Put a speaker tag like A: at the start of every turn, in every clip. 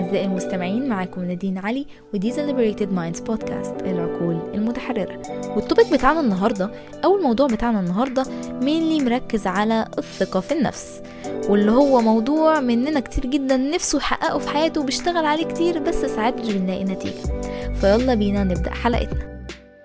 A: أعزائي المستمعين، معاكم نادين علي ودي The Liberated Minds Podcast، العقول المتحررة. والتوبيك بتاعنا النهاردة أو الموضوع بتاعنا النهاردة mainly مركز على الثقة في النفس، واللي هو موضوع مننا كتير جدا نفسه يحققه في حياته وبيشتغل عليه كتير بس ساعات مش بنلاقي نتيجة. فيلا بينا نبدأ حلقتنا.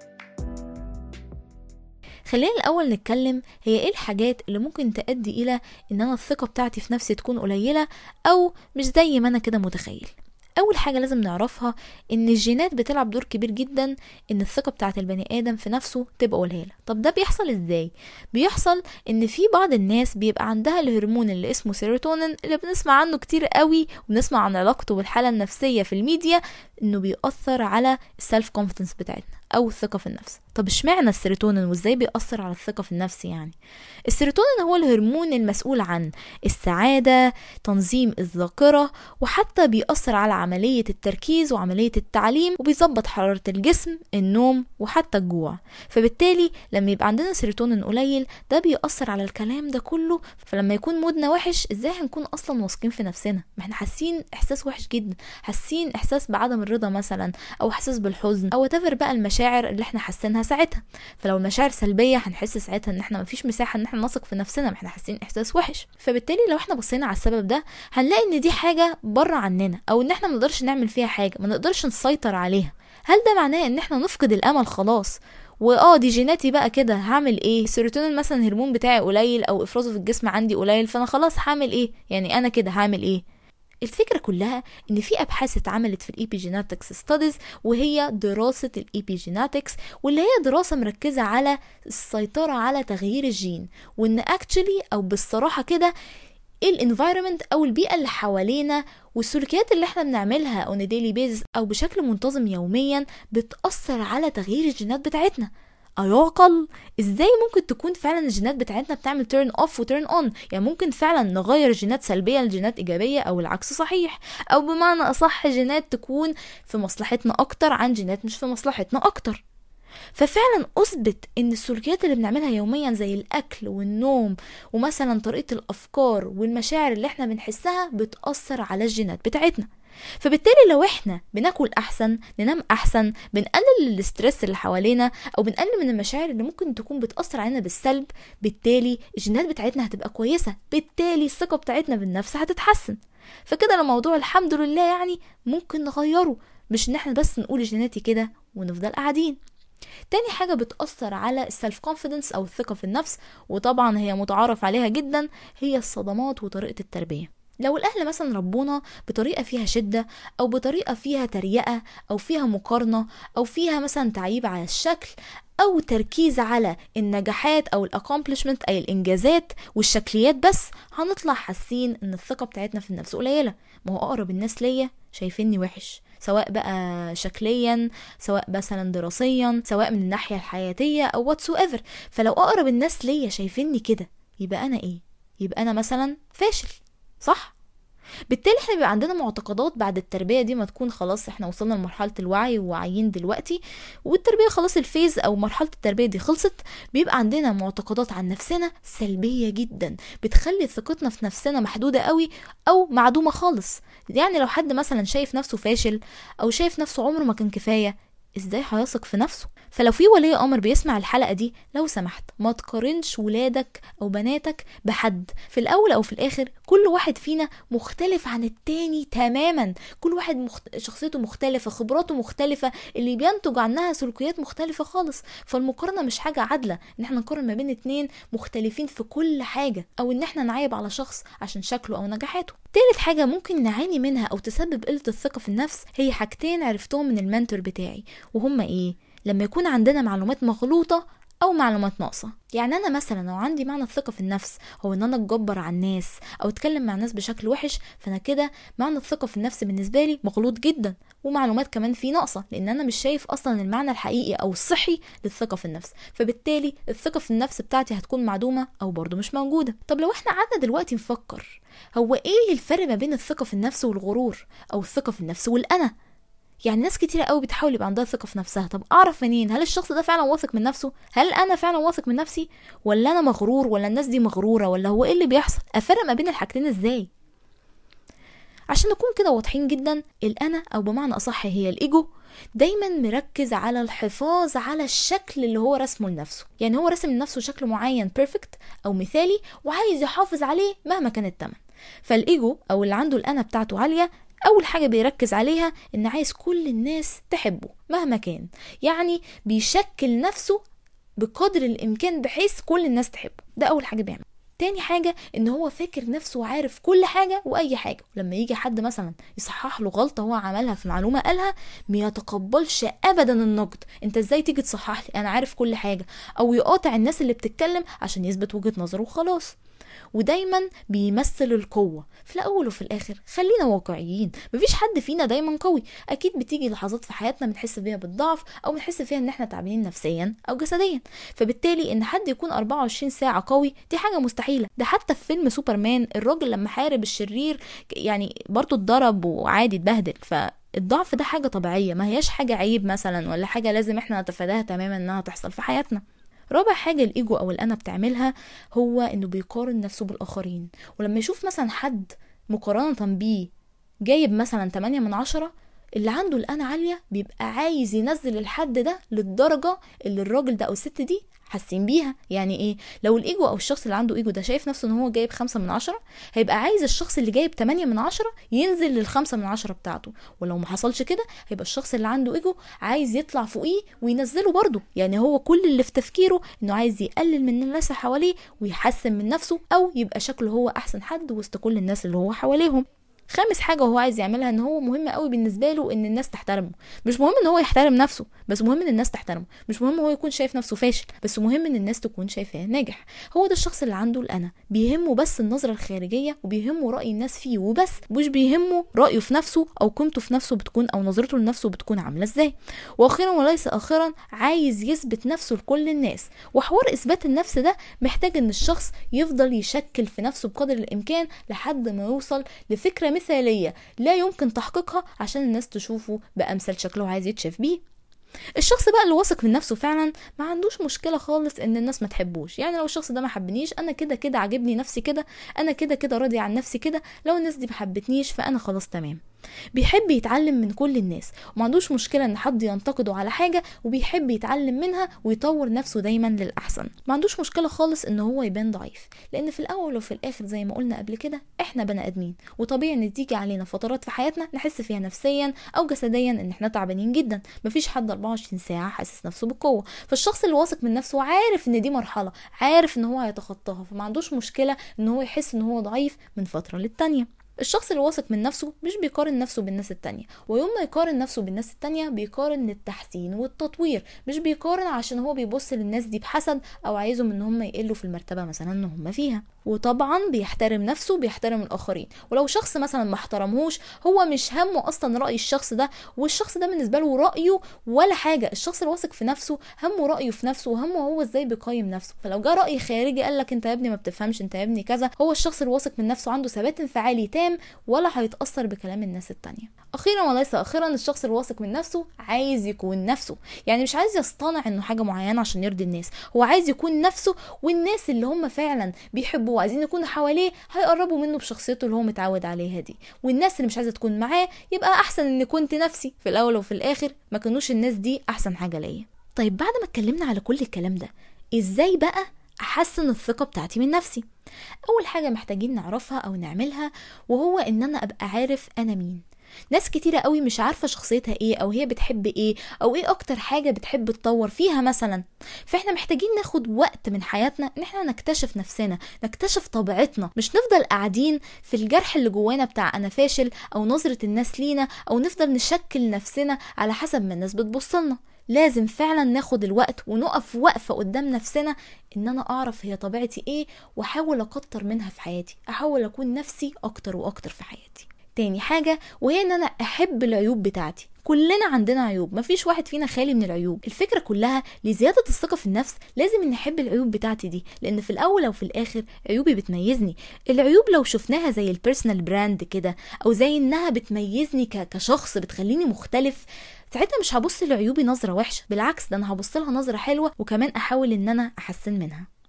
A: خلينا الأول نتكلم هي ايه الحاجات اللي ممكن تؤدي إلى إن أنا الثقة بتاعتي في نفسي تكون قليلة أو مش زي ما أنا كده متخيل. أول حاجة لازم نعرفها إن الجينات بتلعب دور كبير جدا إن الثقة بتاعت البني آدم في نفسه تبقى قليلة. طب ده بيحصل إزاي؟ بيحصل إن في بعض الناس بيبقى عندها الهرمون اللي اسمه سيروتونين اللي بنسمع عنه كتير قوي وبنسمع عن علاقته بالحالة النفسية في الميديا، إنه بيأثر على السلف كونفيدنس بتاعتنا أو الثقة في النفس. طب اشمعنى السيروتونين وإزاي بيأثر على الثقة في النفس؟ يعني السيروتونين هو الهرمون المسؤول عن السعادة، تنظيم الذاكرة، وحتى بيأثر على عملية التركيز وعملية التعليم، وبيظبط حرارة الجسم، النوم، وحتى الجوع. فبالتالي لما يبقى عندنا سيروتونين قليل ده بيأثر على الكلام ده كله. فلما يكون مودنا وحش ازاي هنكون اصلا واثقين في نفسنا؟ ما احنا حاسين احساس وحش جدا، حاسين احساس بعدم الرضا مثلا، او احساس بالحزن، او تفر بقى المشاعر اللي احنا حاسينها ساعتها. فلو المشاعر سلبية هنحس ساعتها ان احنا مفيش مساحة ان احنا نثق في نفسنا، ما احنا حاسين احساس وحش. فبالتالي لو احنا بصينا على السبب ده هنلاقي ان دي حاجة بره عننا، او ان احنا ما نقدرش نعمل فيها حاجة، ما نقدرش نسيطر عليها. هل ده معناه ان احنا نفقد الامل خلاص دي جيناتي بقى كده؟ هعمل ايه؟ السيروتونين مثلا الهرمون بتاعي قليل او افرازه في الجسم عندي قليل، فانا خلاص هعمل ايه؟ يعني انا كده هعمل ايه؟ الفكرة كلها ان في ابحاث اتعملت في الإيبيجيناتكس ستاديز، وهي دراسة الإيبيجيناتكس، واللي هي دراسة مركزة على السيطرة على تغيير الجين، وان اكتشلي او بالصراحة كده الانفايرمنت او البيئة اللي حوالينا والسلوكيات اللي احنا بنعملها on a daily basis او بشكل منتظم يوميا بتأثر على تغيير الجينات بتاعتنا. أيعقل ازاي ممكن تكون فعلا الجينات بتاعتنا بتعمل turn off و turn on؟ يعني ممكن فعلا نغير جينات سلبية لجينات إيجابية أو العكس صحيح، أو بمعنى أصح جينات تكون في مصلحتنا أكتر عن جينات مش في مصلحتنا أكتر. ففعلا أثبت ان السلوكيات اللي بنعملها يوميا زي الأكل والنوم ومثلا طريقة الأفكار والمشاعر اللي احنا بنحسها بتأثر على الجينات بتاعتنا. فبالتالي لو احنا بناكل احسن، ننام احسن، بنقلل الاسترس اللي حوالينا، او بنقلل من المشاعر اللي ممكن تكون بتأثر علينا بالسلب، بالتالي الجينات بتاعتنا هتبقى كويسة، بالتالي الثقة بتاعتنا بالنفس هتتحسن. فكده الموضوع الحمد لله يعني ممكن نغيره، مش ان احنا بس نقول جيناتي كده ونفضل قاعدين. تاني حاجة بتأثر على السلف كونفيدنس أو الثقة في النفس، وطبعا هي متعارف عليها جدا، هي الصدمات وطريقة التربية. لو الأهل مثلا ربونا بطريقة فيها شدة، أو بطريقة فيها تريقة، أو فيها مقارنة، أو فيها مثلا تعيب على الشكل، أو تركيز على النجاحات أو الأكومبلشمنت أي الإنجازات والشكليات بس، هنطلع حاسين إن الثقة بتاعتنا في النفس قليلة. ما هو أقرب الناس ليا شايفيني وحش، سواء بقى شكليا، سواء مثلا دراسيا، سواء من الناحية الحياتية أو whatsoever. فلو أقرب الناس ليا شايفيني كده، يبقى أنا إيه؟ يبقى أنا مثلا فاشل، صح؟ بالتالي احنا بيبقى عندنا معتقدات بعد التربية دي ما تكون خلاص احنا وصلنا لمرحلة الوعي وواعيين دلوقتي، والتربية خلاص الفيز او مرحلة التربية دي خلصت. بيبقى عندنا معتقدات عن نفسنا سلبية جدا بتخلي ثقتنا في نفسنا محدودة قوي او معدومة خالص. يعني لو حد مثلا شايف نفسه فاشل او شايف نفسه عمره ما كان كفاية، ازاي هيثق في نفسه؟ فلو في ولي امر بيسمع الحلقة دي، لو سمحت ما تقارنش ولادك او بناتك بحد. في الاول او في الاخر كل واحد فينا مختلف عن التاني تماما، كل واحد شخصيته مختلفة، خبراته مختلفة، اللي بينتج عنها سلوكيات مختلفة خالص. فالمقارنة مش حاجة عادلة ان احنا نقارن ما بين اتنين مختلفين في كل حاجة، او ان احنا نعيب على شخص عشان شكله او نجاحاته. تالت حاجة ممكن نعاني منها او تسبب قلة الثقة في النفس هي حاجتين عرفتهم من المنتور بتاعي، وهما ايه؟ لما يكون عندنا معلومات مغلوطة او معلومات ناقصة. يعني انا مثلا لو عندي معنى الثقة في النفس هو ان انا اتجبر على الناس او اتكلم مع الناس بشكل وحش، فانا كده معنى الثقة في النفس بالنسبة لي مغلوط جدا، ومعلومات كمان فيه ناقصة، لان انا مش شايف اصلا المعنى الحقيقي او الصحي للثقة في النفس. فبالتالي الثقة في النفس بتاعتي هتكون معدومة او برضو مش موجودة. طب لو احنا قعدنا دلوقتي نفكر هو ايه الفرق ما بين الثقة في النفس والغرور، او الثقة في النفس والانا؟ يعني ناس كتيرة قوي بتحاول يبقى عندها ثقة في نفسها. طب اعرف منين هل الشخص ده فعلا واثق من نفسه؟ هل انا فعلا واثق من نفسي، ولا انا مغرور، ولا الناس دي مغرورة، ولا هو ايه اللي بيحصل؟ افرق ما بين الحاجتين ازاي؟ عشان نكون كده واضحين جدا، الأنا أو بمعنى أصح هي الإيجو دايما مركز على الحفاظ على الشكل اللي هو رسمه لنفسه. يعني هو رسم لنفسه شكل معين بيرفكت أو مثالي وعايز يحافظ عليه مهما كان الثمن. فالإيجو أو اللي عنده الأنا بتاعته عالية أول حاجة بيركز عليها إن عايز كل الناس تحبه مهما كان، يعني بيشكل نفسه بقدر الإمكان بحيث كل الناس تحبه. ده أول حاجة بيعمل. تاني حاجة ان هو فاكر نفسه عارف كل حاجة واي حاجة، ولما يجي حد مثلا يصحح له غلطة هو عملها في معلومة قالها ما يتقبلش ابدا النقد، انت ازاي تيجي تصحح لي انا عارف كل حاجة، او يقاطع الناس اللي بتتكلم عشان يثبت وجهة نظره وخلاص. ودايما بيمثل القوة. في الأول وفي الآخر خلينا واقعيين، مفيش حد فينا دايما قوي، أكيد بتيجي لحظات في حياتنا بنحس فيها بالضعف أو بنحس فيها إن احنا تعبانين نفسيا أو جسديا. فبالتالي إن حد يكون 24 ساعة قوي دي حاجة مستحيلة. ده حتى في فيلم سوبرمان الراجل لما حارب الشرير يعني برضو اتضرب وعادي اتبهدل. الضعف ده حاجة طبيعية، ما هياش حاجة عيب مثلا ولا حاجة لازم احنا نتفاداها تماما انها تحصل في حياتنا. رابع حاجة الإيجو أو الأنا بتعملها هو إنه بيقارن نفسه بالآخرين، ولما يشوف مثلا حد مقارنة بيه جايب مثلا 8/10، اللي عنده الأنا عالية بيبقى عايز ينزل الحد ده للدرجة اللي الراجل ده أو الست دي حاسين بيها. يعني ايه؟ لو الايجو او الشخص اللي عنده ايجو ده شايف نفسه ان هو جايب 5/10، هيبقى عايز الشخص اللي جايب 8/10 ينزل لل5/10 بتاعته. ولو ما حصلش كده هيبقى الشخص اللي عنده ايجو عايز يطلع فوقيه وينزله برضه. يعني هو كل اللي في تفكيره انه عايز يقلل من الناس اللي حواليه ويحسن من نفسه، او يبقى شكله هو احسن حد وسط كل الناس اللي هو حواليهم. خامس حاجة هو عايز يعملها ان هو مهم قوي بالنسبة له ان الناس تحترمه. مش مهم ان هو يحترم نفسه، بس مهم ان الناس تحترمه. مش مهم هو يكون شايف نفسه فاشل، بس مهم ان الناس تكون شايفاه ناجح. هو ده الشخص اللي عنده الأنا، بيهمه بس النظرة الخارجية وبيهمه رأي الناس فيه وبس، مش بيهمه رأيه في نفسه او قيمته في نفسه بتكون او نظرته لنفسه بتكون عاملة ازاي. واخيرا وليس اخيرا عايز يثبت نفسه لكل الناس. وحوار اثبات النفس ده محتاج ان الشخص يفضل يشكل في نفسه بقدر الامكان لحد ما يوصل لفكرة مثالية لا يمكن تحقيقها عشان الناس تشوفه بأمثل شكله عايز يتشاف بيه. الشخص بقى اللي واثق من نفسه فعلا ما عندوش مشكلة خالص ان الناس ما تحبوش. يعني لو الشخص ده ما حبنيش انا كده كده عاجبني نفسي كده، انا كده كده راضي عن نفسي كده، لو الناس دي ما حبتنيش فانا خلاص تمام. بيحب يتعلم من كل الناس وما عندوش مشكلة ان حد ينتقده على حاجة، وبيحب يتعلم منها ويطور نفسه دايما للأحسن. ما عندوش مشكلة خالص ان هو يبان ضعيف، لان في الاول وفي الاخر زي ما قلنا قبل كده احنا بني ادمين، وطبيعي ان تيجي علينا فترات في حياتنا نحس فيها نفسيا او جسديا ان احنا تعبانين جدا. مفيش حد 24 ساعة حاسس نفسه بالقوة. فالشخص اللي واثق من نفسه عارف ان دي مرحلة، عارف ان هو هيتخطاها، فما عندوش مشكلة ان هو يحس ان هو ضعيف من فترة للتانية. الشخص اللي واثق من نفسه مش بيقارن نفسه بالناس التانية، ويوم ما يقارن نفسه بالناس التانية بيقارن للتحسين والتطوير، مش بيقارن عشان هو بيبص للناس دي بحسد او عايزهم ان هم يقلوا في المرتبة مثلا ان هم فيها. وطبعا بيحترم نفسه بيحترم الاخرين، ولو شخص مثلا ما احترمهوش هو مش همه اصلا رأي الشخص ده، والشخص ده بالنسبة له رأيه ولا حاجة. الشخص الواثق في نفسه همه رأيه في نفسه وهمه هو ازاي بيقيم نفسه. فلو جاء رأي خارجي قال لك انت يا ابني ما بتفهمش، انت يا ابني كذا، هو الشخص الواثق من نفسه عنده ثبات انفعالي تام ولا هيتأثر بكلام الناس التانية. اخيرا وليس اخيرا الشخص الواثق من نفسه عايز يكون نفسه. يعني مش عايز يصطنع انه حاجة معينة عشان يرضي الناس، هو عايز يكون نفسه، والناس اللي هم فعلا بيحبوه وعايزين يكونوا حواليه هيقربوا منه بشخصيته اللي هو متعود عليها دي. والناس اللي مش عايزة تكون معاه يبقى احسن ان كنت نفسي. في الاول وفي الاخر ما كانوش الناس دي احسن حاجة ليا. طيب بعد ما اتكلمنا على كل الكلام ده ازاي بقى احسن الثقة بتاعتي من نفسي؟ اول حاجة محتاجين نعرفها او نعملها وهو ان انا ابقى عارف انا مين. ناس كتيرة قوي مش عارفة شخصيتها ايه او هي بتحب ايه او ايه اكتر حاجة بتحب تطور فيها مثلا. فاحنا محتاجين ناخد وقت من حياتنا ان احنا نكتشف نفسنا، نكتشف طبيعتنا، مش نفضل قاعدين في الجرح اللي جوانا بتاع انا فاشل او نظرة الناس لينا، او نفضل نشكل نفسنا على حسب ما الناس بتبصلنا. لازم فعلا ناخد الوقت ونقف وقفة قدام نفسنا ان انا اعرف هي طبيعتي ايه واحاول اكتر منها في حياتي، احاول اكون نفسي اكتر واكتر في حياتي. تاني حاجة وهي ان انا احب العيوب بتاعتي. كلنا عندنا عيوب، مفيش واحد فينا خالي من العيوب. الفكرة كلها لزيادة الثقة في النفس لازم نحب العيوب بتاعتي دي، لان في الاول او في الاخر عيوبي بتميزني. العيوب لو شفناها زي البيرسونال براند كده او زي انها بتميزني كشخص بتخليني مختلف، ساعتها مش هبص لعيوبي نظرة وحشة، بالعكس ده انا هبص لها نظرة حلوة وكمان احاول ان انا احسن منها.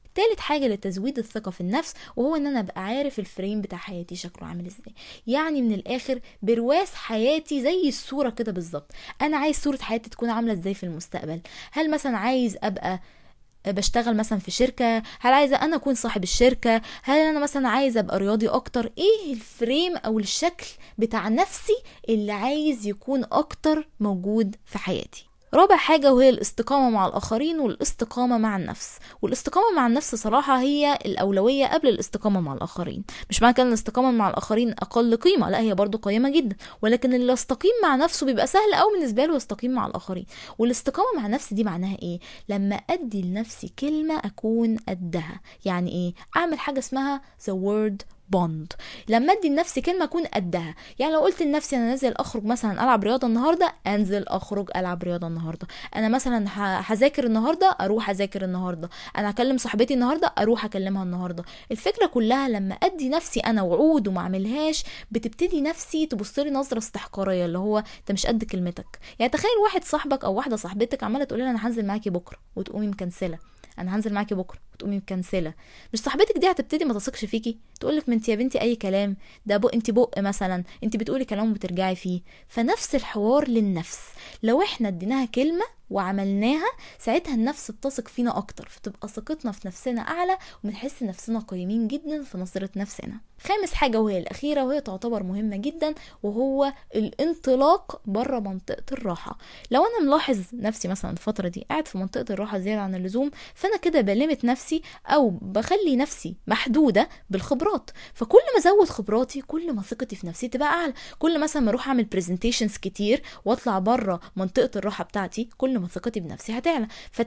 A: تالت حاجة لتزويد الثقة في النفس وهو ان انا ابقى عارف الفريم بتاع حياتي شكله عامل ازاي. يعني من الاخر برواز حياتي زي الصورة كده بالظبط. انا عايز صورة حياتي تكون عاملة ازاي في المستقبل. هل مثلا عايز ابقى بشتغل مثلا في شركة؟ هل عايزة انا اكون صاحب الشركة؟ هل انا مثلا عايزة ابقى رياضي اكتر؟ ايه الفريم او الشكل بتاع نفسي اللي عايز يكون اكتر موجود في حياتي؟ رابع حاجة وهي الاستقامة مع الآخرين والاستقامة مع النفس. والاستقامة مع النفس صراحة هي الأولوية قبل الاستقامة مع الآخرين. مش معنى كده الاستقامة مع الآخرين أقل قيمة، لا هي برضو قيمة جدا، ولكن اللي يستقيم مع نفسه بيبقى سهل أو بالنسبة له يستقيم مع الآخرين. والاستقامة مع نفسي دي معناها إيه؟ لما أدي لنفسي كلمة أكون قدها. يعني إيه؟ أعمل حاجة اسمها the word بوند. لما ادي لنفسي كلمه اكون قدها. يعني لو قلت لنفسي انا نازل اخرج مثلا العب رياضه النهارده، انزل اخرج العب رياضه النهارده. انا مثلا هذاكر النهارده، اروح اذاكر النهارده. انا هكلم صاحبتي النهارده، اروح اكلمها النهارده. الفكره كلها لما ادي نفسي انا وعود وما اعملهاش، بتبتدي نفسي تبص لي نظره استحقاريه، اللي هو انت مش قد كلمتك. يعني تخيل واحد صاحبك او واحده صاحبتك عماله تقول لها انا هنزل معاكي بكره وتقومي مكنسله، انا هنزل معاكي بكره وتقومي مكنسله. مش صاحبتك دي هتبتدي ما تثقش فيكي، تقولك ما انت يا بنتي اي كلام ده، انت مثلا انت بتقولي كلام وبترجعي فيه. فنفس الحوار للنفس، لو احنا اديناها كلمه وعملناها، ساعتها النفس بتثق فينا اكتر، فتبقى ثقتنا في نفسنا اعلى وبنحس نفسنا قيمين جدا في نظرة نفسنا. خامس حاجة وهي الأخيرة وهي تعتبر مهمة جدا، وهو الانطلاق بره منطقة الراحة. لو أنا ملاحظ نفسي مثلا الفترة دي قاعد في منطقة الراحة زيادة عن اللزوم، فأنا كده بلمت نفسي أو بخلي نفسي محدودة بالخبرات. فكل ما أزود خبراتي كل ما ثقتي في نفسي تبقى أعلى. كل مثلا ما أروح أعمل بريزنتيشنز كتير وأطلع بره منطقة الراحة بتاعتي، كل ما ثقتي بنفسي هتعلى.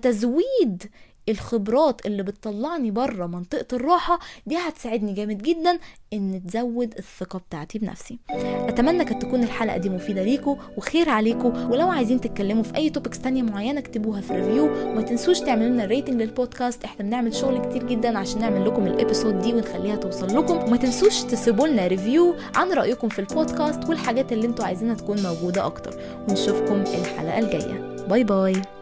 A: فتزويد الخبرات اللي بتطلعني بره منطقة الراحة دي هتساعدني جامد جدا ان تزود الثقة بتاعتي بنفسي. اتمنى كانت تكون الحلقة دي مفيدة ليكم وخير عليكم، ولو عايزين تتكلموا في اي توبكس تانية معينة اكتبوها في ريفيو، وما تنسوش تعملوا لنا ريتنج للبودكاست. احنا بنعمل شغل كتير جدا عشان نعمل لكم الابيسود دي ونخليها توصل لكم. وما تنسوش تسيبوا لنا ريفيو عن رأيكم في البودكاست والحاجات اللي انتوا عايزينها تكون موجودة اكتر، ونشوفكم الحلقة الجاية. باي باي.